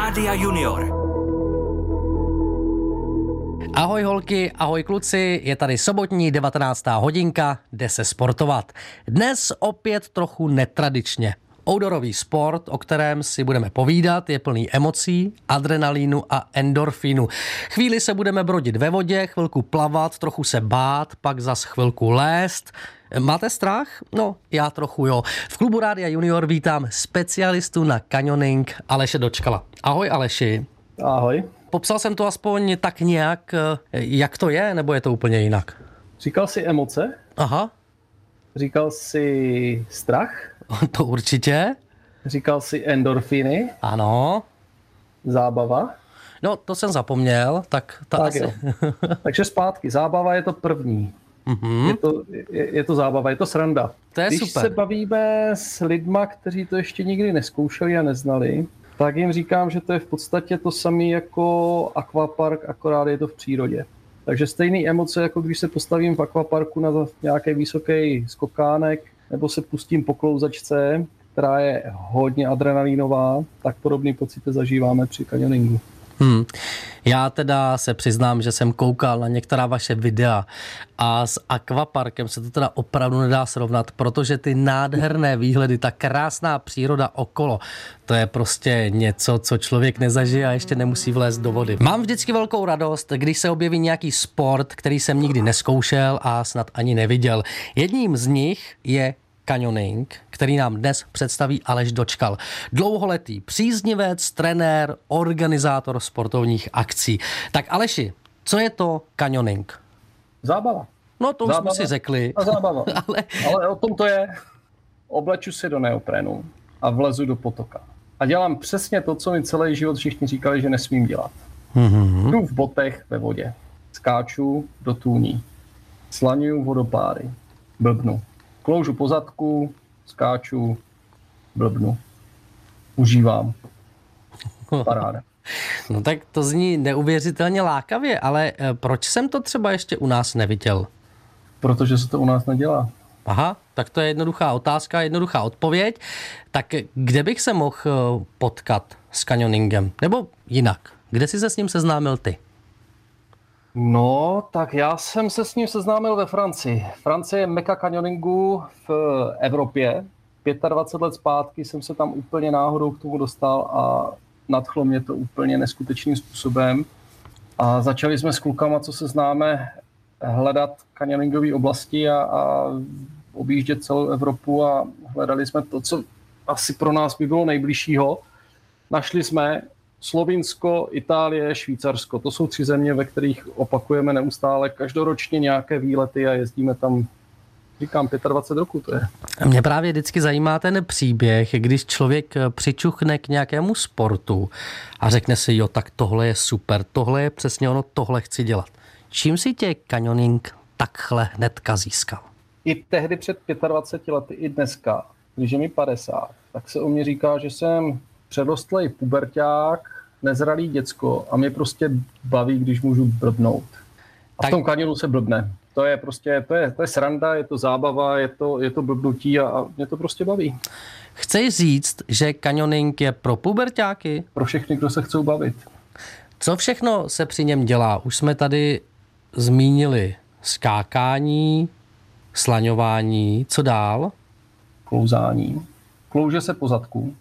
Rádia Junior. Ahoj holky, ahoj kluci, je tady sobotní 19. hodinka, jde se sportovat. Dnes opět trochu netradičně. Outdoorový sport, o kterém si budeme povídat, je plný emocí, adrenalínu a endorfínu. Chvíli se budeme brodit ve vodě, chvilku plavat, trochu se bát, pak zas chvilku lézt. Máte strach? No, já trochu jo. V klubu Rádia Junior vítám specialistu na canyoning Aleše Dočkala. Ahoj Aleši. Ahoj. Popsal jsem to aspoň tak nějak, jak to je, nebo je to úplně jinak? Říkal jsi emoce? Aha. Říkal jsi strach? To určitě. Říkal jsi endorfiny? Ano. Zábava? No, to jsem zapomněl, tak asi. Jo. Takže zpátky. Zábava je to první. Mm-hmm. Je to zábava, je to sranda. To je Když super. se bavíme s lidma, kteří to ještě nikdy nezkoušeli a neznali, tak jim říkám, že to je v podstatě to samé jako akvapark, akorát je to v přírodě. Takže stejné emoce, jako když se postavím v akvaparku na nějaký vysoký skokánek, nebo se pustím po klouzačce, která je hodně adrenalínová, tak podobný pocity zažíváme při canyoningu. Já teda se přiznám, že jsem koukal na některá vaše videa a s akvaparkem se to teda opravdu nedá srovnat, protože ty nádherné výhledy, ta krásná příroda okolo, to je prostě něco, co člověk nezažije a ještě nemusí vlézt do vody. Mám vždycky velkou radost, když se objeví nějaký sport, který jsem nikdy nezkoušel a snad ani neviděl. Jedním z nich je canyoning, který nám dnes představí Aleš Dočkal. Dlouholetý příznivec, trenér, organizátor sportovních akcí. Tak Aleši, co je to canyoning? Zábava. No to už jsme si řekli. A zábava. Ale o tom to je. Obleču si do neoprénu a vlezu do potoka. A dělám přesně to, co mi celý život všichni říkali, že nesmím dělat. Jdu v botech ve vodě. Skáču do tůní. Slaňuju vodopády. Blbnu. Kloužu po zadku, skáču, blbnu. Užívám. Paráda. No tak to zní neuvěřitelně lákavě, ale proč jsem to třeba ještě u nás neviděl? Protože se to u nás nedělá. Aha, tak to je jednoduchá otázka, jednoduchá odpověď. Tak kde bych se mohl potkat s canyoningem? Nebo jinak, kde jsi se s ním seznámil ty? No, tak já jsem se s ním seznámil ve Francii. Francie je meka canyoningu v Evropě. 25 let zpátky jsem se tam úplně náhodou k tomu dostal a nadchlo mě to úplně neskutečným způsobem. A začali jsme s klukama, co se známe, hledat canyoningové oblasti a objíždět celou Evropu a hledali jsme to, co asi pro nás by bylo nejbližšího. Našli jsme Slovinsko, Itálie, Švýcarsko. To jsou 3 země, ve kterých opakujeme neustále každoročně nějaké výlety a jezdíme tam, říkám, 25 roků to je. Mě právě vždycky zajímá ten příběh, když člověk přičuchne k nějakému sportu a řekne si, jo, tak tohle je super, tohle je přesně ono, tohle chci dělat. Čím si tě canyoning takhle hnedka získal? I tehdy před 25 lety, i dneska, když je mi 50, tak se o mě říká, že jsem předrostlej puberťák, nezralý děcko a mě prostě baví, když můžu blbnout. A v tom kanionu se blbne. To je prostě, to je sranda, je to zábava, je to blbnutí a mě to prostě baví. Chceš říct, že canyoning je pro puberťáky? Pro všechny, kdo se chcou bavit. Co všechno se při něm dělá? Už jsme tady zmínili skákání, slaňování, co dál? Klouzání. Klouže se po zadku.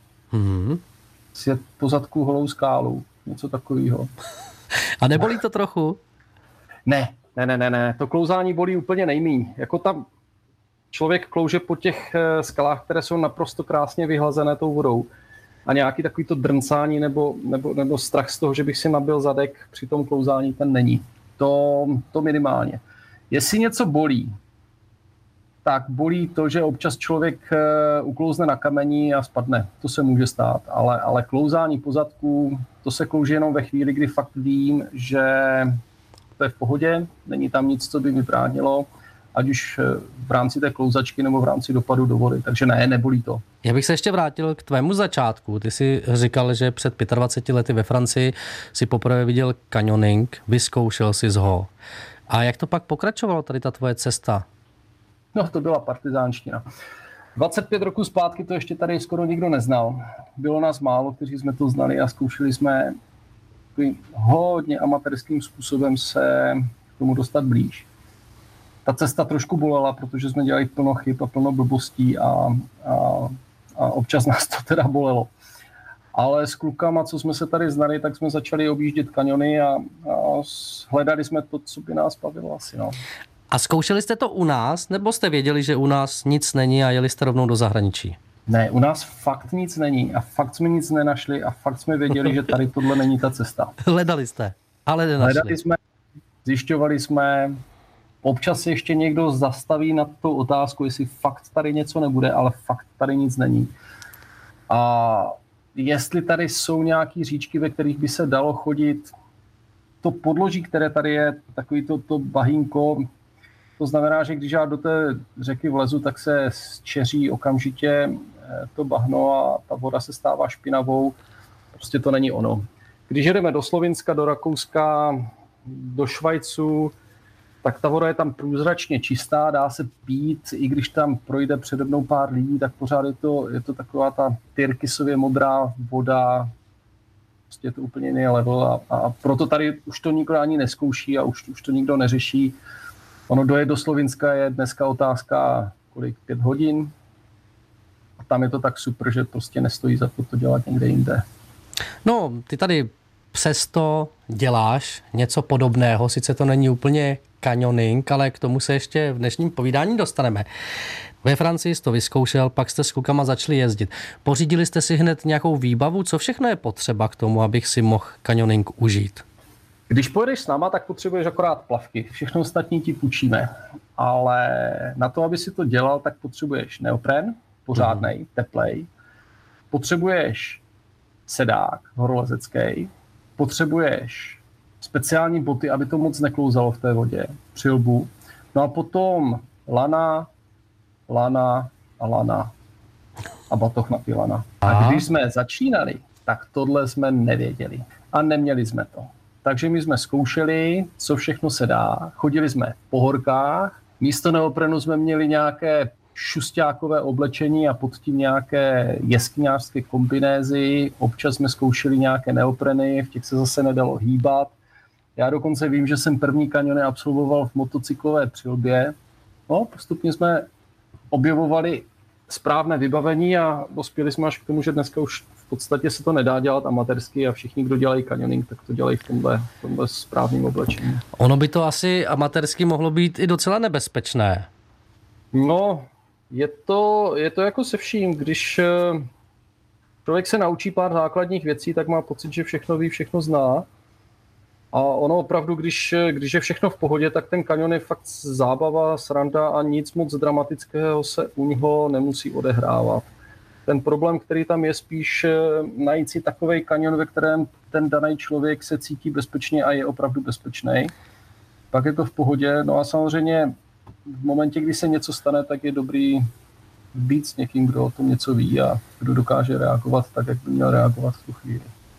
Sjet po zadku holou skálu. Něco takového. A nebolí to trochu? Ne. To klouzání bolí úplně nejmíň. Jako tam člověk klouže po těch skalách, které jsou naprosto krásně vyhlazené tou vodou. A nějaký takový to drncání nebo strach z toho, že bych si nabil zadek při tom klouzání, ten není. To minimálně. Jestli něco bolí, tak bolí to, že občas člověk uklouzne na kamení a spadne. To se může stát, ale klouzání po zadku, to se klouže jenom ve chvíli, kdy fakt vím, že to je v pohodě, není tam nic, co by mi bránilo, ať už v rámci té klouzačky nebo v rámci dopadu do vody. Takže ne, nebolí to. Já bych se ještě vrátil k tvému začátku. Ty jsi říkal, že před 25 lety ve Francii si poprvé viděl canyoning, vyzkoušel jsi ho. A jak to pak pokračovalo, tady ta tvoje cesta? No, to byla partizánština. 25 roků zpátky to ještě tady skoro nikdo neznal. Bylo nás málo, kteří jsme to znali a zkoušeli jsme hodně amatérským způsobem se k tomu dostat blíž. Ta cesta trošku bolela, protože jsme dělali plno chyb a plno blbostí a občas nás to teda bolelo. Ale s klukama, co jsme se tady znali, tak jsme začali objíždět kaniony a hledali jsme to, co by nás bavilo asi. No. A zkoušeli jste to u nás, nebo jste věděli, že u nás nic není a jeli jste rovnou do zahraničí? Ne, u nás fakt nic není a fakt jsme nic nenašli a fakt jsme věděli, že tady tohle není ta cesta. Hledali jste, ale nenašli. Hledali jsme, zjišťovali jsme, občas se ještě někdo zastaví nad tou otázku, jestli fakt tady něco nebude, ale fakt tady nic není. A jestli tady jsou nějaký říčky, ve kterých by se dalo chodit, to podloží, které tady je, takový to bahínko, to znamená, že když já do té řeky vlezu, tak se zčeří okamžitě to bahno a ta voda se stává špinavou. Prostě to není ono. Když jedeme do Slovinska, do Rakouska, do Švajcu, tak ta voda je tam průzračně čistá, dá se pít, i když tam projde přede mnou pár lidí, tak pořád je to taková ta tyrkysově modrá voda, prostě je to úplně jiný level a proto tady už to nikdo ani neskouší a už to nikdo neřeší. Ono dojet do Slovinska je dneska otázka, 5 hodin. A tam je to tak super, že prostě nestojí za to dělat někde jinde. No, ty tady přesto děláš něco podobného, sice to není úplně canyoning, ale k tomu se ještě v dnešním povídání dostaneme. Ve Francii jsi to vyzkoušel, pak jste s klukama začali jezdit. Pořídili jste si hned nějakou výbavu? Co všechno je potřeba k tomu, abych si mohl canyoning užít? Když pojedeš s náma, tak potřebuješ akorát plavky. Všechno ostatní ti půjčíme. Ale na to, aby si to dělal, tak potřebuješ neopren, pořádnej, teplej. Potřebuješ sedák horolezecký. Potřebuješ speciální boty, aby to moc neklouzalo v té vodě, přilbu. No a potom lana a lana. A batoh na ty lana. A když jsme začínali, tak tohle jsme nevěděli. A neměli jsme to. Takže my jsme zkoušeli, co všechno se dá. Chodili jsme po horkách. Místo neoprenu jsme měli nějaké šusťákové oblečení a pod tím nějaké jeskyňářské kombinézy. Občas jsme zkoušeli nějaké neopreny, v těch se zase nedalo hýbat. Já dokonce vím, že jsem první kaniony absolvoval v motocyklové přilbě. No, postupně jsme objevovali správné vybavení a dospěli jsme až k tomu, že dneska už v podstatě se to nedá dělat amatérsky a všichni, kdo dělají canyoning, tak to dělají v tomhle správném oblečení. Ono by to asi amatérsky mohlo být i docela nebezpečné. No, je to jako se vším. Když člověk se naučí pár základních věcí, tak má pocit, že všechno ví, všechno zná. A ono opravdu, když je všechno v pohodě, tak ten kanion je fakt zábava, sranda a nic moc dramatického se u něho nemusí odehrávat. Ten problém, který tam je, spíš najít si takovej kanion, ve kterém ten daný člověk se cítí bezpečně a je opravdu bezpečný. Pak je to v pohodě. No a samozřejmě v momentě, kdy se něco stane, tak je dobrý být s někým, kdo o tom něco ví a kdo dokáže reagovat tak, jak by měl reagovat v tu chvíli.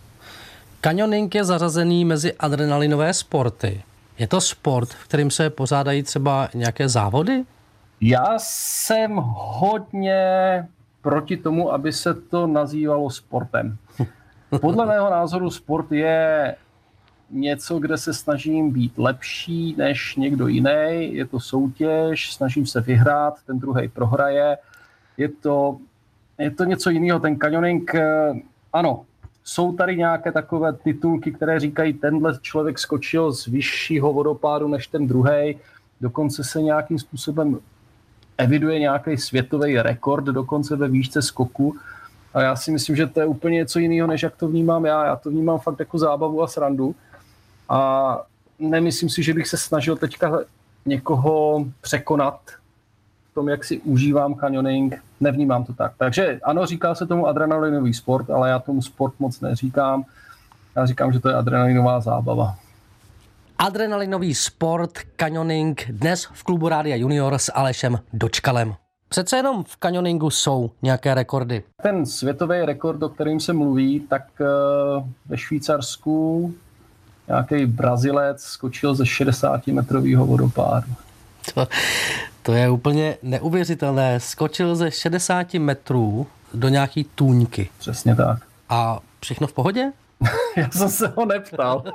Canyoning je zařazený mezi adrenalinové sporty. Je to sport, v kterým se pořádají třeba nějaké závody? Já jsem hodně proti tomu, aby se to nazývalo sportem. Podle mého názoru sport je něco, kde se snažím být lepší než někdo jiný. Je to soutěž, snažím se vyhrát, ten druhej prohraje. Je to něco jiného. Ten canyoning, ano, jsou tady nějaké takové titulky, které říkají, tenhle člověk skočil z vyššího vodopádu než ten druhej. Dokonce se nějakým způsobem eviduje nějaký světový rekord, dokonce ve výšce skoku. A já si myslím, že to je úplně něco jiného, než jak to vnímám já. Já to vnímám fakt jako zábavu a srandu. A nemyslím si, že bych se snažil teďka někoho překonat v tom, jak si užívám canyoning. Nevnímám to tak. Takže ano, říká se tomu adrenalinový sport, ale já tomu sport moc neříkám. Já říkám, že to je adrenalinová zábava. Adrenalinový sport, canyoning, dnes v klubu Rádia Junior s Alešem Dočkalem. Přece jenom v canyoningu jsou nějaké rekordy. Ten světový rekord, o kterým se mluví, tak ve Švýcarsku nějaký Brazilec skočil ze 60-metrového vodopádu. To je úplně neuvěřitelné. Skočil ze 60 metrů do nějaký tůňky. Přesně tak. A všechno v pohodě? Já jsem se ho neptal.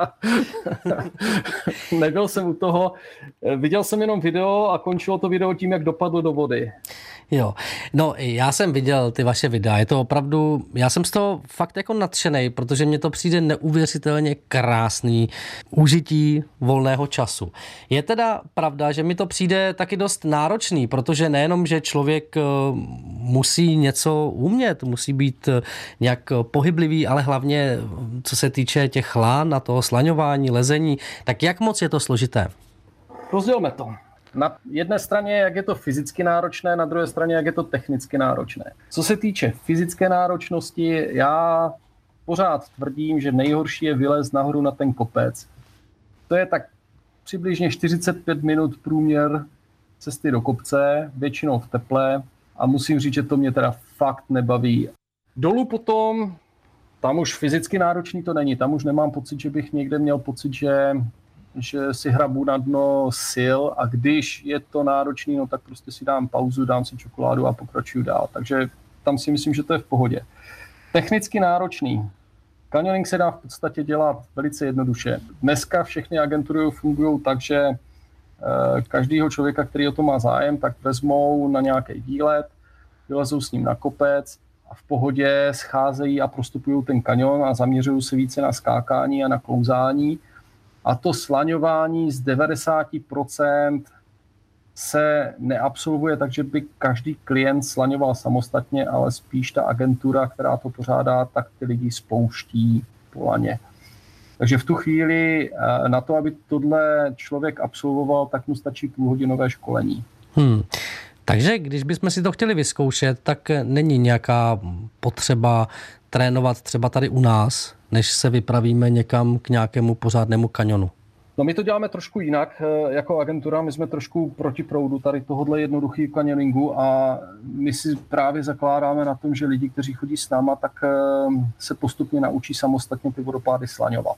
Nebyl jsem u toho. Viděl jsem jenom video a končilo to video tím, jak dopadlo do vody. Jo, no já jsem viděl ty vaše videa, je to opravdu, já jsem z toho fakt jako nadšenej, protože mně to přijde neuvěřitelně krásný užití volného času. Je teda pravda, že mi to přijde taky dost náročný, protože nejenom, že člověk musí něco umět, musí být nějak pohyblivý, ale hlavně co se týče těch lán a toho slaňování, lezení, tak jak moc je to složité? Rozdělme to. Na jedné straně, jak je to fyzicky náročné, na druhé straně, jak je to technicky náročné. Co se týče fyzické náročnosti, já pořád tvrdím, že nejhorší je vylézt nahoru na ten kopec. To je tak přibližně 45 minut průměr cesty do kopce, většinou v teple, a musím říct, že to mě teda fakt nebaví. Dolů potom, tam už fyzicky náročný to není, tam už nemám pocit, že bych někde měl pocit, že si hrabu na dno sil, a když je to náročný, no tak prostě si dám pauzu, dám si čokoládu a pokračuju dál. Takže tam si myslím, že to je v pohodě. Technicky náročný. Canyoning se dá v podstatě dělat velice jednoduše. Dneska všechny agentury fungují tak, že každýho člověka, který o to má zájem, tak vezmou na nějaký výlet, vylezou s ním na kopec a v pohodě scházejí a prostupují ten kanion a zaměřují se více na skákání a na klouzání. A to slaňování z 90% se neabsolvuje, takže by každý klient slaňoval samostatně, ale spíš ta agentura, která to pořádá, tak ty lidi spouští po laně. Takže v tu chvíli na to, aby tohle člověk absolvoval, tak mu stačí půlhodinové školení. Takže když bychom si to chtěli vyzkoušet, tak není nějaká potřeba trénovat třeba tady u nás, než se vypravíme někam k nějakému pořádnému kanionu? No, my to děláme trošku jinak jako agentura, my jsme trošku proti proudu tady tohohle jednoduchého kanioningu a my si právě zakládáme na tom, že lidi, kteří chodí s náma, tak se postupně naučí samostatně ty vodopády slaňovat.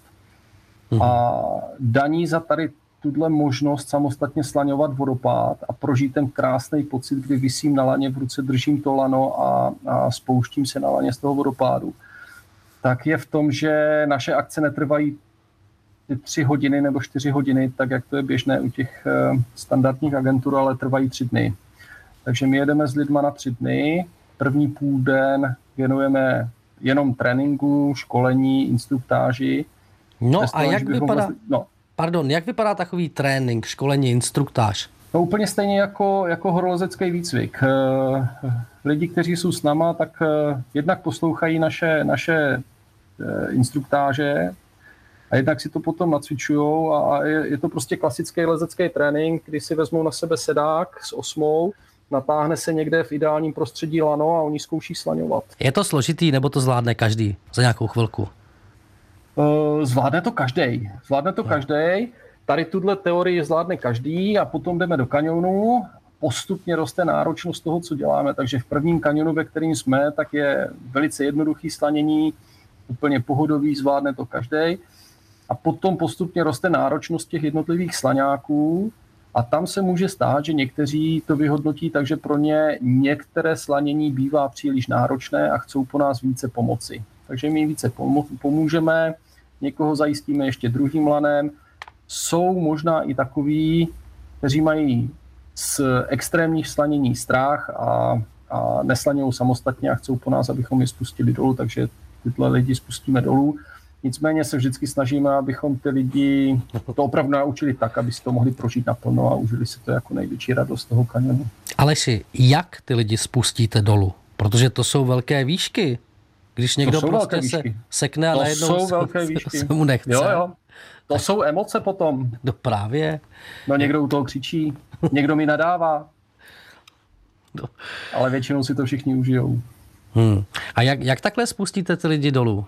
A daní za tady tuhle možnost samostatně slaňovat vodopád a prožít ten krásný pocit, kdy visím na laně, v ruce držím to lano a spouštím se na laně z toho vodopádu, tak je v tom, že naše akce netrvají 3 hodiny nebo 4 hodiny, tak jak to je běžné u těch standardních agentur, ale trvají 3 dny. Takže my jedeme s lidma na 3 dny. První půl den věnujeme jenom tréninku, školení, instruktáži. No a jak vypadá... jak vypadá takový trénink, školení, instruktáž? No úplně stejně jako horolezecký výcvik. Lidi, kteří jsou s náma, tak jednak poslouchají naše instruktáže a jednak si to potom nacvičujou a je to prostě klasický lezecký trénink, kdy si vezmou na sebe sedák s osmou, natáhne se někde v ideálním prostředí lano a oni zkouší slaňovat. Je to složitý, nebo to zvládne každý za nějakou chvilku? Zvládne to každý. Tady tuhle teorii zvládne každý a potom jdeme do kanionu. Postupně roste náročnost toho, co děláme. Takže v prvním kanionu, ve kterým jsme, tak je velice jednoduchý slanění, úplně pohodový, zvládne to každý. A potom postupně roste náročnost těch jednotlivých slaňáků a tam se může stát, že někteří to vyhodnotí, takže pro ně některé slanění bývá příliš náročné a chcou po nás více pomoci. Takže my více pomůžeme, někoho zajistíme ještě druhým lanem. Jsou možná i takoví, kteří mají z extrémních slanění strach a neslaňují samostatně a chcou po nás, abychom je spustili dolů, takže tyhle lidi spustíme dolů. Nicméně se vždycky snažíme, abychom ty lidi to opravdu naučili tak, aby si to mohli prožít naplno a užili si to jako největší radost toho kanionu. Aleši, jak ty lidi spustíte dolů? Protože to jsou velké výšky. Když někdo prostě se sekne a najednou se mu nechce. Jo. To jsou emoce potom. No právě. No někdo u toho křičí, někdo mi nadává. No. Ale většinou si to všichni užijou. A jak takhle spustíte ty lidi dolů?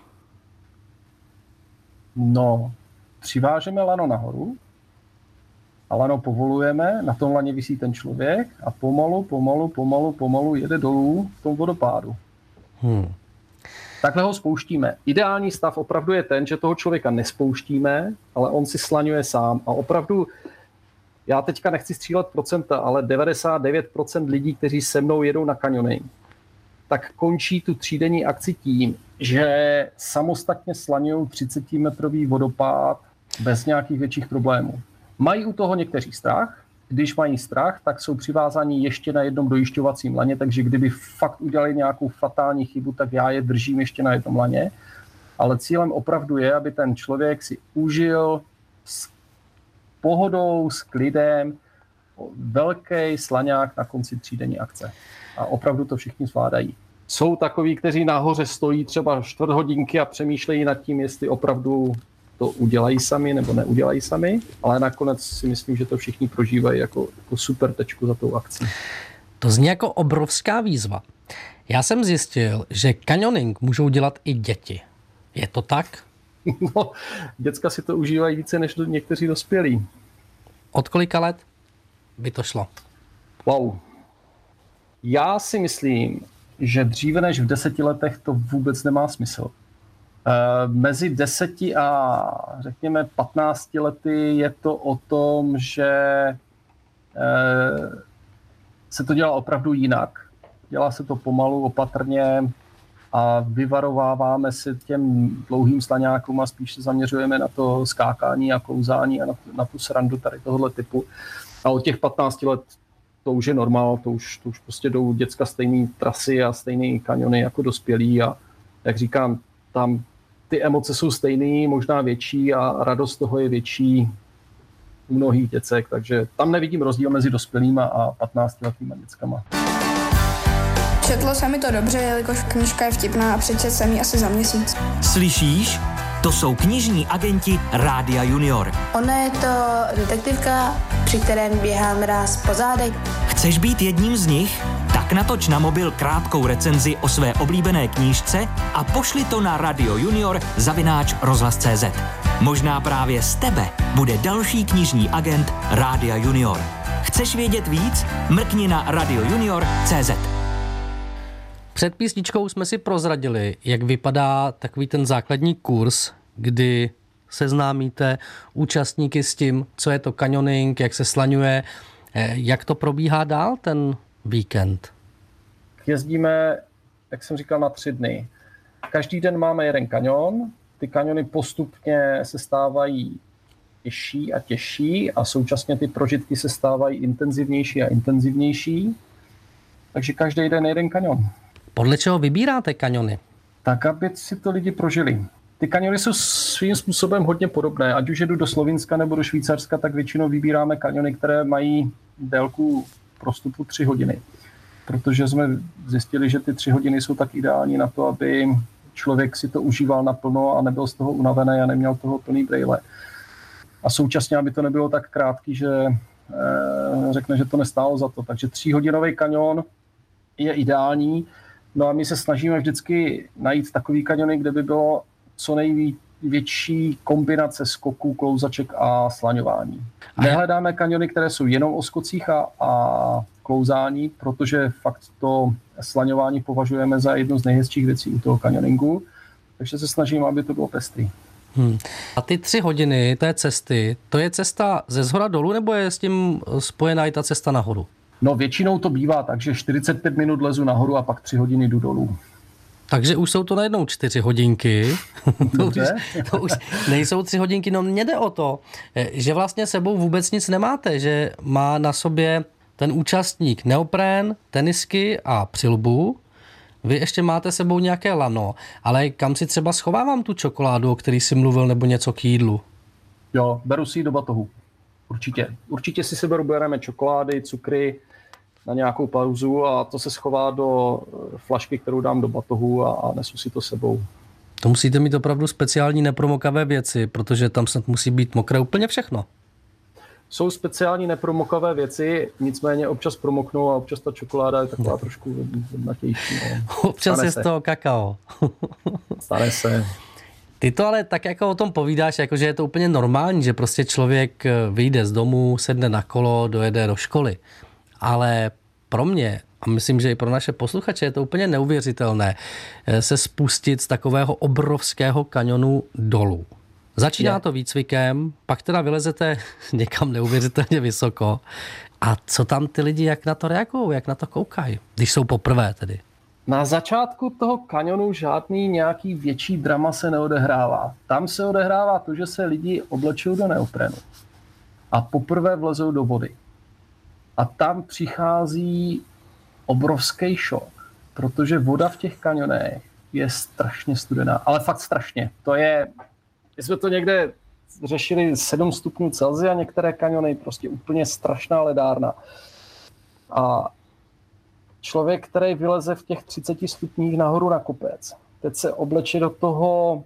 No, přivážeme lano nahoru a lano povolujeme, na tom laně visí ten člověk a pomalu jede dolů v tom vodopádu. Takhle ho spouštíme. Ideální stav opravdu je ten, že toho člověka nespouštíme, ale on si slaňuje sám. A opravdu Já teďka nechci střílet procenta, ale 99% lidí, kteří se mnou jedou na kanioning, tak končí tu třídenní akci tím, že samostatně slaňují 30-metrový vodopád bez nějakých větších problémů. Mají u toho někteří strach. Když mají strach, tak jsou přivázáni ještě na jednom dojišťovacím laně, takže kdyby fakt udělali nějakou fatální chybu, tak já je držím ještě na jednom laně. Ale cílem opravdu je, aby ten člověk si užil s pohodou, s klidem velký slaňák na konci třídenní akce. A opravdu to všichni zvládají. Jsou takoví, kteří nahoře stojí třeba 4 hodinky a přemýšlejí nad tím, jestli opravdu to udělají sami nebo neudělají sami, ale nakonec si myslím, že to všichni prožívají jako super tečku za tou akcí. To zní jako obrovská výzva. Já jsem zjistil, že kanioning můžou dělat i děti. Je to tak? No, děcka si to užívají více než někteří dospělí. Od kolika let by to šlo? Wow. Já si myslím, že dříve než v 10 letech to vůbec nemá smysl. Mezi 10 a řekněme 15 lety je to o tom, že se to dělá opravdu jinak. Dělá se to pomalu, opatrně a vyvarováváme se těm dlouhým slaňákům a spíš se zaměřujeme na to skákání a klouzání a na tu srandu tady tohohle typu. A od těch 15 let to už je normál, to už prostě jdou děcka stejné trasy a stejné kaniony jako dospělí a jak říkám, tam ty emoce jsou stejné, možná větší a radost toho je větší u mnohých děcek, takže tam nevidím rozdíl mezi dospělýma a 15letýma dětskama. Četlo se mi to dobře, jelikož knížka je vtipná a přečet jsem ji asi za měsíc. Slyšíš? To jsou knižní agenti Rádia Junior. Ona je to detektivka, při kterém běhá mráz po zádech. Chceš být jedním z nich? Tak natoč na mobil krátkou recenzi o své oblíbené knížce a pošli to na radiojunior@rozhlas.cz. Možná právě z tebe bude další knižní agent Rádia Junior. Chceš vědět víc? Mrkni na radiojunior.cz. Před písničkou jsme si prozradili, jak vypadá takový ten základní kurz, kdy seznámíte účastníky s tím, co je to kanioning, jak se slaňuje, jak to probíhá dál ten víkend. Jezdíme, jak jsem říkal, na 3 dny. Každý den máme jeden kanion, ty kaniony postupně se stávají těžší a těžší a současně ty prožitky se stávají intenzivnější a intenzivnější. Takže každý den jeden kanion. Podle čeho vybíráte kaniony? Tak, aby si to lidi prožili. Ty kaniony jsou svým způsobem hodně podobné. Ať už jedu do Slovinska nebo do Švýcarska, tak většinou vybíráme kaniony, které mají délku prostupu 3 hodiny. Protože jsme zjistili, že ty 3 hodiny jsou tak ideální na to, aby člověk si to užíval naplno a nebyl z toho unavený a neměl toho plný brejle. A současně, aby to nebylo tak krátký, že řekne, že to nestálo za to. Takže 3hodinový kanion je ideální. No a my se snažíme vždycky najít takový kaniony, kde by bylo co největší kombinace skoků, klouzaček a slaňování. Nehledáme kaniony, které jsou jenom o skocích a klouzání, protože fakt to slaňování považujeme za jednu z nejhezčích věcí u toho kanioningu, takže se snažíme, aby to bylo pestrý. A ty 3 hodiny té cesty, to je cesta ze shora dolů, nebo je s tím spojená i ta cesta nahoru? No většinou to bývá tak, že 45 minut lezu nahoru a pak 3 hodiny jdu dolů. Takže už jsou to najednou 4 hodinky. to už nejsou 3 hodinky, no mně jde o to, že vlastně sebou vůbec nic nemáte, že má na sobě ten účastník neoprén, tenisky a přilbu. Vy ještě máte sebou nějaké lano, ale kam si třeba schovávám tu čokoládu, o který jsi mluvil, nebo něco k jídlu? Jo, beru si ji do batohu. Určitě. Určitě si bereme čokolády, cukry na nějakou pauzu a to se schová do flašky, kterou dám do batohu a nesu si to sebou. To musíte mít opravdu speciální nepromokavé věci, protože tam snad musí být mokré úplně všechno. Jsou speciální nepromokavé věci, nicméně občas promoknou a občas ta čokoláda je taková trošku natější. Občas je z toho kakao. Stane se. Ty to ale tak jako o tom povídáš, jako že je to úplně normální, že prostě člověk vyjde z domu, sedne na kolo, dojede do školy. Ale pro mě, a myslím, že i pro naše posluchače, je to úplně neuvěřitelné se spustit z takového obrovského kanionu dolů. Začíná to výcvikem, pak teda vylezete někam neuvěřitelně vysoko. A co tam ty lidi, jak na to reagují, jak na to koukají, když jsou poprvé tedy? Na začátku toho kanionu žádný nějaký větší drama se neodehrává. Tam se odehrává to, že se lidi oblečou do neoprenu a poprvé vlezou do vody. A tam přichází obrovský šok, protože voda v těch kanionech je strašně studená, ale fakt strašně. My jsme to někde řešili 7 stupňů Celsia, některé kaniony, prostě úplně strašná ledárna. A člověk, který vyleze v těch 30 stupních nahoru na kopec, teď se obleče do toho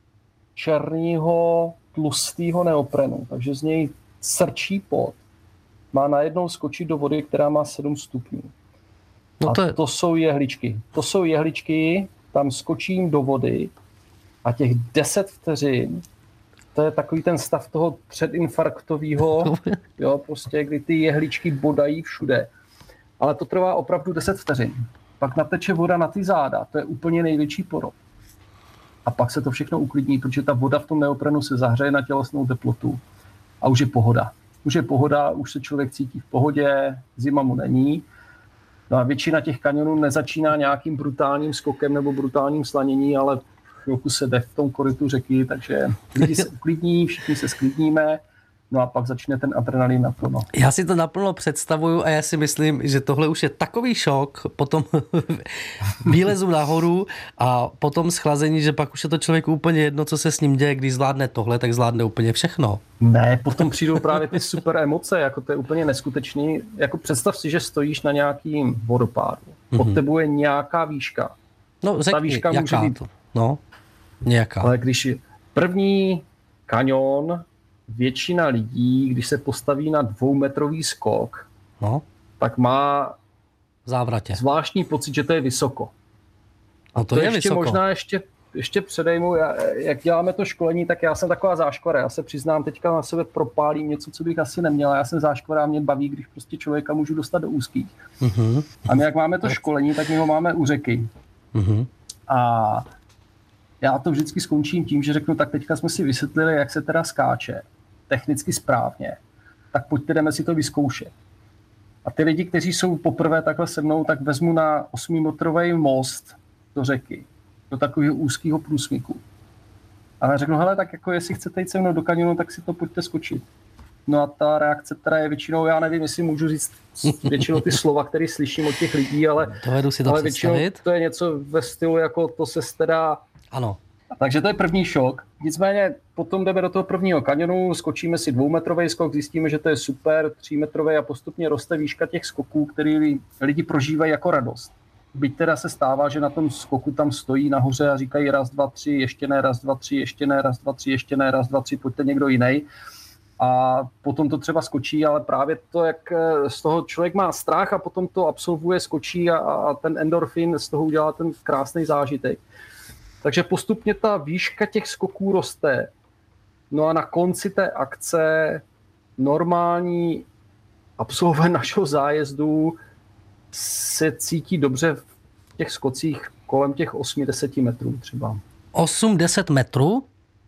černého, tlustého neoprenu, takže z něj srčí pot, má najednou skočit do vody, která má 7 stupňů. No to jsou jehličky. To jsou jehličky, tam skočím do vody a těch 10 vteřin, to je takový ten stav toho předinfarktového, jo, prostě, kdy ty jehličky bodají všude. Ale to trvá opravdu 10 vteřin. Pak nateče voda na ty záda, to je úplně největší porod. A pak se to všechno uklidní, protože ta voda v tom neoprenu se zahřeje na tělesnou teplotu a už je pohoda. Už se člověk cítí v pohodě, zima mu není. No a většina těch kanionů nezačíná nějakým brutálním skokem nebo brutálním slanění, ale chvilku se jde v tom korytu řeky, takže lidi se uklidní, všichni se sklidníme, no a pak začne ten adrenalin naplno. Já si to naplno představuju a já si myslím, že tohle už je takový šok, potom výlezu nahoru a potom schlazení, že pak už je to člověku úplně jedno, co se s ním děje, když zvládne tohle, tak zvládne úplně všechno. Ne, potom přijdou právě ty super emoce, jako to je úplně neskutečný. Jako představ si, že stojíš na nějakým vodopádu, pod tebou je nějaká výška. No řekni, výška jaká může být... to? No, nějaká. Ale když je první kanion, většina lidí, když se postaví na 2metrový skok, tak má závratě zvláštní pocit, že to je vysoko. A to je ještě vysoko. Možná ještě předejmu, jak děláme to školení, tak já jsem taková záškvara. Já se přiznám, teďka na sebe propálím něco, co bych asi neměla. Já jsem záškvara a mě baví, když prostě člověka můžu dostat do úzkých. A my jak máme to školení, tak my ho máme u řeky. A já to vždycky skončím tím, že řeknu, tak teďka jsme si vysvětlili, jak se teda skáče technicky správně, tak pojďte, jdeme si to vyzkoušet. A ty lidi, kteří jsou poprvé takhle se mnou, tak vezmu na 8metrový most do řeky, do takového úzkého průsmyku. A já řeknu, hele, tak jako jestli chcete jít se mnou do kanionu, tak si to pojďte skočit. No a ta reakce teda je většinou, já nevím, jestli můžu říct většinou ty slova, které slyším od těch lidí, ale většinou to je něco ve stylu, jako to se teda... Ano. Takže to je první šok. Nicméně potom jdeme do toho prvního kanionu, skočíme si 2metrový skok, zjistíme, že to je super, 3metrový a postupně roste výška těch skoků, který lidi prožívají jako radost. Byť teda se stává, že na tom skoku tam stojí nahoře a říkají raz, dva, tři, ještě ne, raz, dva, tři, ještě ne, raz, dva, tři, ještě ne, raz, dva, tři, pojďte někdo jiný. A potom to třeba skočí, ale právě to, jak z toho člověk má strach a potom to absolvuje, skočí a ten endorfin z toho udělá ten krásný zážitek. Takže postupně ta výška těch skoků roste. No a na konci té akce normální absolvent našeho zájezdu se cítí dobře v těch skocích kolem těch 8-10 metrů třeba. 8-10 metrů?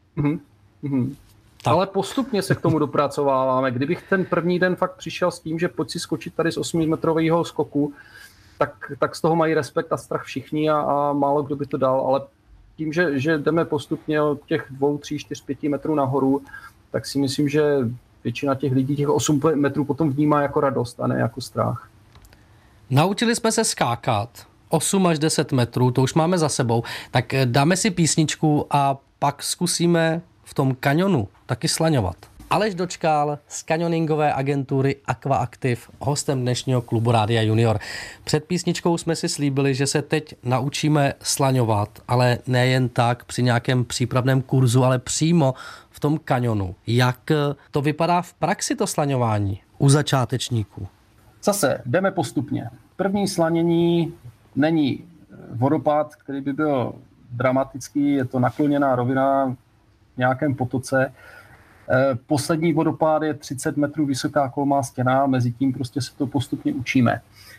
Ale postupně se k tomu dopracováváme. Kdybych ten první den fakt přišel s tím, že pojď si skočit tady z 8metrového skoku, tak z toho mají respekt a strach všichni a málo kdo by to dal, ale tím, že jdeme postupně od těch 2, 3, 4, 5 metrů nahoru, tak si myslím, že většina těch lidí těch 8 metrů potom vnímá jako radost a ne jako strach. Naučili jsme se skákat 8 až 10 metrů, to už máme za sebou, tak dáme si písničku a pak zkusíme v tom kanionu taky slaňovat. Aleš Dočkal z kanioningové agentury Aquaactive, hostem dnešního klubu Rádia Junior. Před písničkou jsme si slíbili, že se teď naučíme slaňovat, ale nejen tak při nějakém přípravném kurzu, ale přímo v tom kanionu. Jak to vypadá v praxi to slaňování u začátečníků? Zase jdeme postupně. První slanění není vodopád, který by byl dramatický, je to nakloněná rovina v nějakém potoce. Poslední vodopád je 30 metrů vysoká kolmá stěna, mezi tím prostě se to postupně učíme.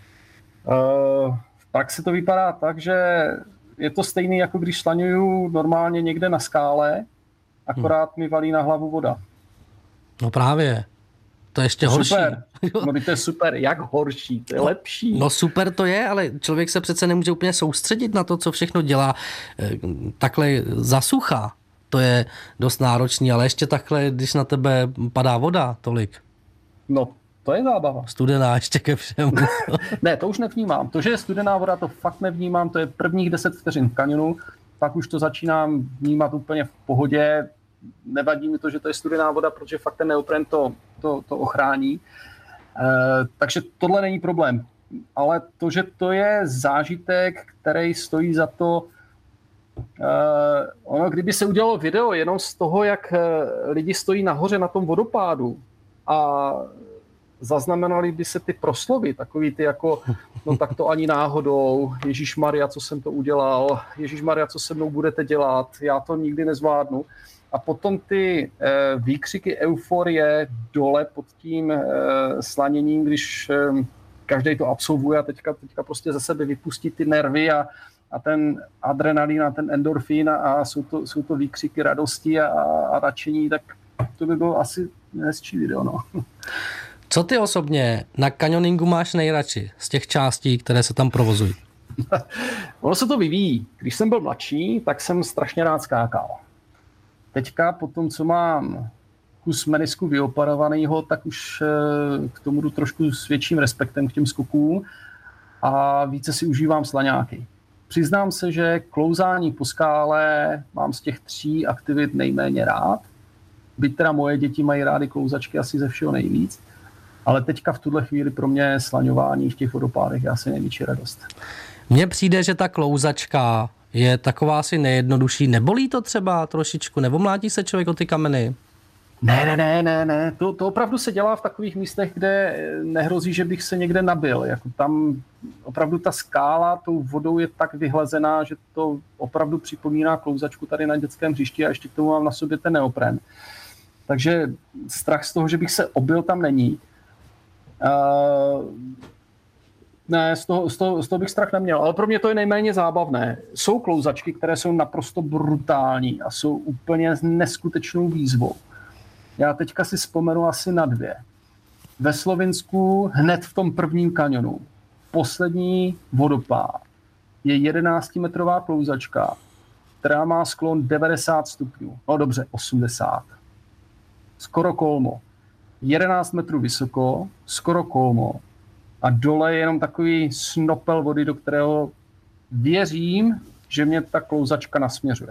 V praxi to vypadá tak, že je to stejný, jako když slaňuju normálně někde na skále, akorát mi valí na hlavu voda. No právě. To je ještě horší. Super. No to je super. Jak horší? To je lepší. No super to je, ale člověk se přece nemůže úplně soustředit na to, co všechno dělá. Takhle zasucha. To je dost náročný, ale ještě takhle, když na tebe padá voda tolik. No, to je zábava. Studená ještě ke všemu. Ne, to už nevnímám. To, že je studená voda, to fakt nevnímám. To je prvních 10 vteřin v kanionu. Pak už to začínám vnímat úplně v pohodě. Nevadí mi to, že to je studená voda, protože fakt ten neopren to ochrání. Takže tohle není problém. Ale to, že to je zážitek, který stojí za to, ono, kdyby se udělalo video jenom z toho, jak lidi stojí nahoře na tom vodopádu a zaznamenali by se ty proslovy, takový ty jako, no tak to ani náhodou, Ježíšmarja, co jsem to udělal, Ježíšmarja, co se mnou budete dělat, já to nikdy nezvládnu. A potom ty výkřiky euforie dole pod tím slaněním, když každý to absolvuje a teďka prostě ze sebe vypustí ty nervy a ten adrenalin a ten endorfín a jsou to výkřiky radosti a nadšení, tak to by bylo asi hezčí video. No. Co ty osobně na kanioningu máš nejradši z těch částí, které se tam provozují? Ono se to vyvíjí. Když jsem byl mladší, tak jsem strašně rád skákal. Teďka po tom, co mám kus menisku vyoperovanýho, tak už k tomu jdu trošku s větším respektem k těm skokům a více si užívám slaňáky. Přiznám se, že klouzání po skále mám z těch 3 aktivit nejméně rád. Byť teda moje děti mají rády klouzačky asi ze všeho nejvíc, ale teďka v tuhle chvíli pro mě slaňování v těch vodopádech je asi největší radost. Mně přijde, že ta klouzačka je taková asi nejjednodušší. Nebolí to třeba trošičku? Nebo mlátí se člověk o ty kameny? Ne. To opravdu se dělá v takových místech, kde nehrozí, že bych se někde nabil. Jako tam opravdu ta skála tou vodou je tak vyhlazená, že to opravdu připomíná klouzačku tady na dětském hřišti a ještě k tomu mám na sobě ten neopren. Takže strach z toho, že bych se obil, tam není. Ne, z toho bych strach neměl, ale pro mě to je nejméně zábavné. Jsou klouzačky, které jsou naprosto brutální a jsou úplně neskutečnou výzvou. Já teďka si vzpomenu asi na 2. Ve Slovinsku hned v tom prvním kanionu poslední vodopád je 11-metrová klouzačka, která má sklon 90 stupňů. No dobře, 80. Skoro kolmo. 11 metrů vysoko, skoro kolmo. A dole je jenom takový snopel vody, do kterého věřím, že mě ta klouzačka nasměřuje.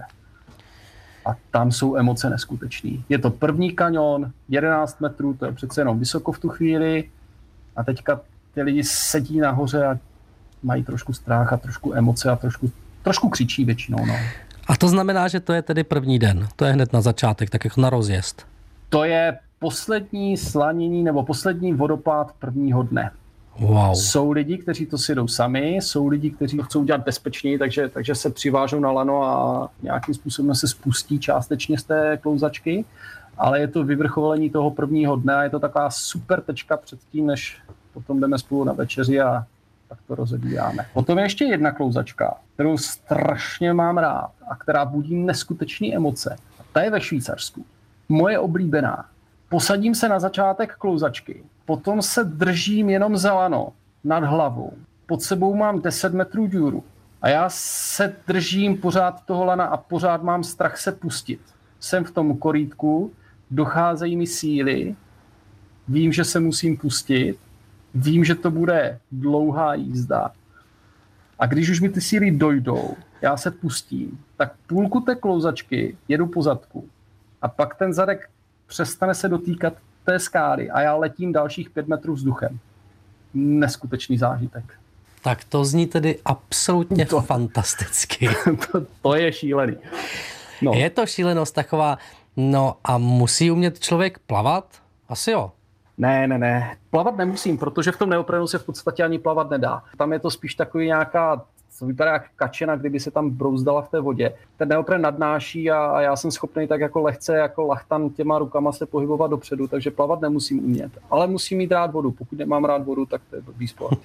A tam jsou emoce neskutečný. Je to první kanion, 11 metrů, to je přece jenom vysoko v tu chvíli. A teďka ty lidi sedí nahoře a mají trošku strach a trošku emoce a trošku křičí většinou. No. A to znamená, že to je tedy první den. To je hned na začátek, tak jako na rozjezd. To je poslední slanění nebo poslední vodopád prvního dne. Wow. Jsou lidi, kteří to si jdou sami, jsou lidi, kteří to chcou dělat bezpečněji, takže se přivážou na lano a nějakým způsobem se spustí částečně z té klouzačky, ale je to vyvrcholení toho prvního dne a je to taková super tečka před tím, než potom jdeme spolu na večeři a tak to rozebíráme. Potom je ještě jedna klouzačka, kterou strašně mám rád a která budí neskutečné emoce. A ta je ve Švýcarsku. Moje oblíbená. Posadím se na začátek klouzačky, potom se držím jenom za lano nad hlavou. Pod sebou mám 10 metrů díru a já se držím pořád toho lana a pořád mám strach se pustit. Jsem v tom korýtku, docházejí mi síly, vím, že se musím pustit, vím, že to bude dlouhá jízda. A když už mi ty síly dojdou, já se pustím, tak půlku té klouzačky jedu po zadku a pak ten zadek přestane se dotýkat té skály a já letím dalších 5 metrů vzduchem. Neskutečný zážitek. Tak to zní tedy absolutně fantasticky. To je šílený. No. Je to šílenost taková, no a musí umět člověk plavat? Asi jo. Ne. Plavat nemusím, protože v tom neoprenu se v podstatě ani plavat nedá. Tam je to spíš takový nějaká, co vypadá jak kačena, kdyby se tam brouzdala v té vodě. Ten neopren nadnáší a já jsem schopný tak jako lehce, jako lachtan těma rukama se pohybovat dopředu, takže plavat nemusím umět. Ale musím mít rád vodu. Pokud nemám rád vodu, tak to je blbý sport.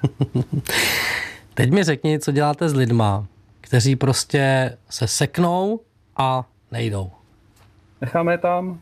Teď mi řekni, co děláte s lidma, kteří prostě se seknou a nejdou. Necháme je tam.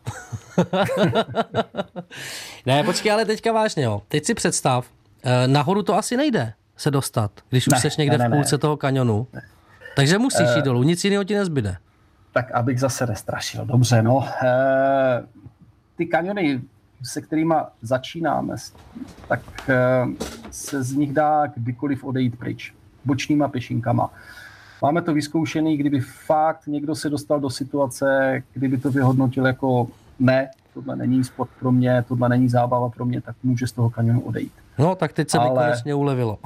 Ne, počkej, ale teďka vážně, jo. Teď si představ, nahoru to asi nejde se dostat, když už seš někde v půlce toho kanionu. Takže musíš jít dolů, nic jiného ti nezbyde. Tak abych zase nestrašil. Dobře, no. Ty kaniony, se kterými začínáme, tak se z nich dá kdykoliv odejít pryč. Bočníma pěšinkama. Máme to vyzkoušený, kdyby fakt někdo se dostal do situace, kdyby to vyhodnotil jako ne, tohle není sport pro mě, tohle není zábava pro mě, tak může z toho kanionu odejít. No, tak teď se mi konečně ulevilo.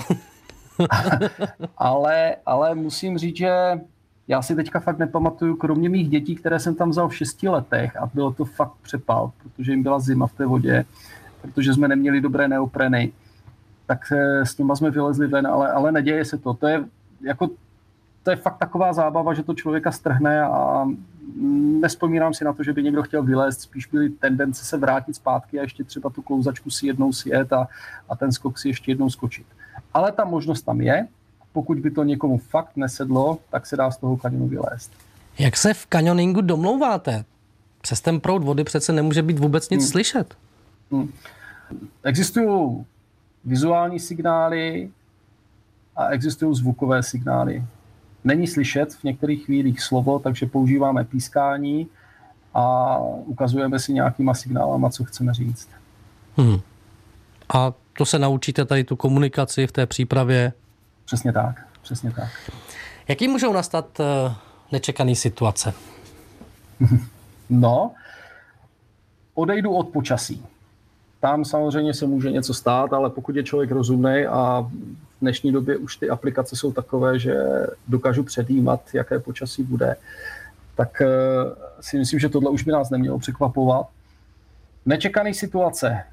ale musím říct, že já si teďka fakt nepamatuju, kromě mých dětí, které jsem tam vzal v 6 letech a bylo to fakt přepal, protože jim byla zima v té vodě, protože jsme neměli dobré neopreny, tak s nima jsme vylezli ven, ale neděje se to. To je fakt taková zábava, že to člověka strhne a nespomínám si na to, že by někdo chtěl vylézt, spíš byly tendence se vrátit zpátky a ještě třeba tu klouzačku si jednou sjet a ten skok si ještě jednou skočit. Ale ta možnost tam je, pokud by to někomu fakt nesedlo, tak se dá z toho kanionu vylézt. Jak se v kanioningu domlouváte? Přes ten proud vody přece nemůže být vůbec nic slyšet. Existují vizuální signály a existují zvukové signály. Není slyšet v některých chvílích slovo, takže používáme pískání a ukazujeme si nějakýma signálama, co chceme říct. A to se naučíte tady tu komunikaci v té přípravě? Přesně tak, přesně tak. Jaký můžou nastat nečekané situace? No, odejdu od počasí. Tam samozřejmě se může něco stát, ale pokud je člověk rozumnej a v dnešní době už ty aplikace jsou takové, že dokážu předjímat, jaké počasí bude, tak si myslím, že tohle už by nás nemělo překvapovat. Nečekané situace.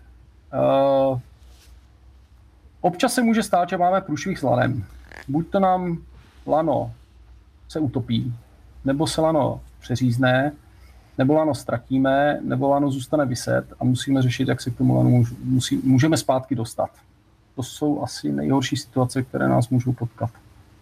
Občas se může stát, že máme průšvih s lanem. Buď to nám lano se utopí, nebo se lano přeřízne, nebo lano ztratíme, nebo lano zůstane viset a musíme řešit, jak se k tomu lanu můžeme zpátky dostat. To jsou asi nejhorší situace, které nás můžou potkat.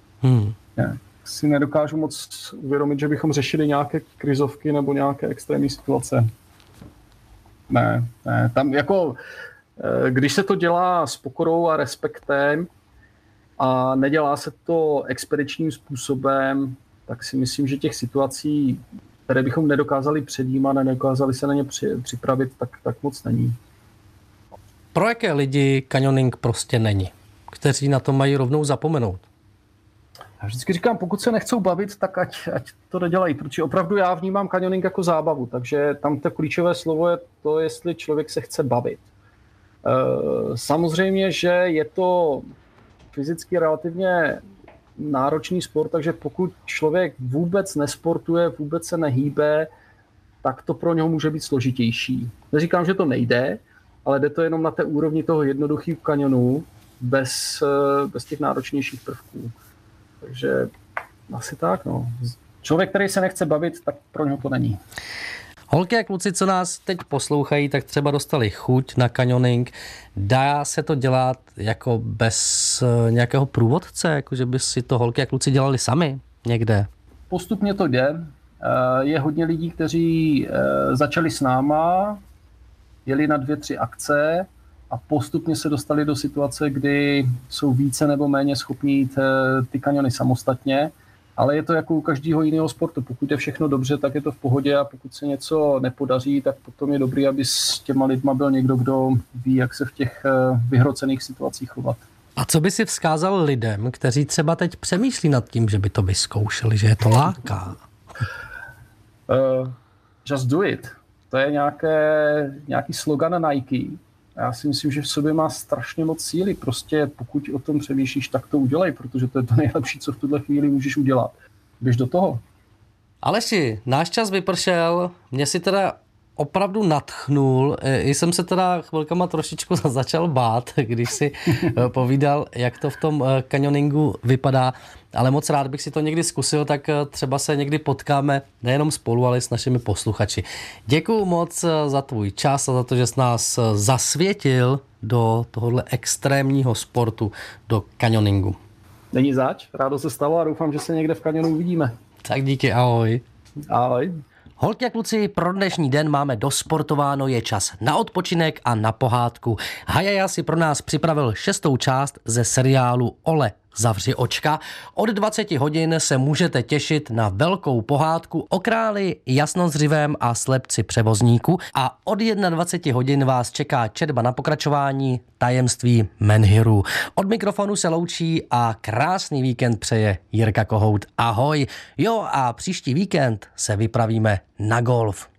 Si nedokážu moc uvědomit, že bychom řešili nějaké krizovky nebo nějaké extrémní situace. Ne. Tam jako, když se to dělá s pokorou a respektem a nedělá se to expedičním způsobem, tak si myslím, že těch situací, které bychom nedokázali předjímat a nedokázali se na ně připravit, tak moc není. Pro jaké lidi kanioning prostě není? Kteří na to mají rovnou zapomenout? Já vždycky říkám, pokud se nechcou bavit, tak ať to nedělají, protože opravdu já vnímám kanioning jako zábavu, takže tam to klíčové slovo je to, jestli člověk se chce bavit. Samozřejmě, že je to fyzicky relativně náročný sport, takže pokud člověk vůbec nesportuje, vůbec se nehýbe, tak to pro něho může být složitější. Neříkám, že to nejde, ale jde to jenom na té úrovni toho jednoduchého kanionu bez těch náročnějších prvků. Takže asi tak, no. Člověk, který se nechce bavit, tak pro něho to není. Holky a kluci, co nás teď poslouchají, tak třeba dostali chuť na kanioning. Dá se to dělat jako bez nějakého průvodce, jako že by si to holky a kluci dělali sami někde? Postupně to jde. Je hodně lidí, kteří začali s náma, jeli na 2-3 akce a postupně se dostali do situace, kdy jsou více nebo méně schopní jít ty kaniony samostatně. Ale je to jako u každého jiného sportu. Pokud je všechno dobře, tak je to v pohodě a pokud se něco nepodaří, tak potom je dobrý, aby s těma lidma byl někdo, kdo ví, jak se v těch vyhrocených situacích chovat. A co by si vzkázal lidem, kteří třeba teď přemýšlí nad tím, že by to vyzkoušeli, že je to láká? Just do it. To je nějaký slogan na Nike. Já si myslím, že v sobě má strašně moc síly. Prostě pokud o tom přemýšlíš, tak to udělej, protože to je to nejlepší, co v tuhle chvíli můžeš udělat. Běž do toho. Aleši, náš čas vypršel, mě si teda opravdu nadchnul. Jsem se teda chvilkama trošičku začal bát, když si povídal, jak to v tom kanioningu vypadá, ale moc rád bych si to někdy zkusil, tak třeba se někdy potkáme nejenom spolu, ale i s našimi posluchači. Děkuju moc za tvůj čas a za to, že jsi nás zasvětil do tohohle extrémního sportu, do kanioningu. Není zač, rádo se stalo a doufám, že se někde v kanionu uvidíme. Tak díky, ahoj. Ahoj. Holky a kluci, pro dnešní den máme dosportováno, je čas na odpočinek a na pohádku. Hajaja si pro nás připravil 6. část ze seriálu Ole, zavři očka. Od 20 hodin se můžete těšit na velkou pohádku o králi jasnozřivém a slepci převozníku a od 21 hodin vás čeká četba na pokračování Tajemství Menhiru. Od mikrofonu se loučí a krásný víkend přeje Jirka Kohout. Ahoj. Jo, a příští víkend se vypravíme na golf.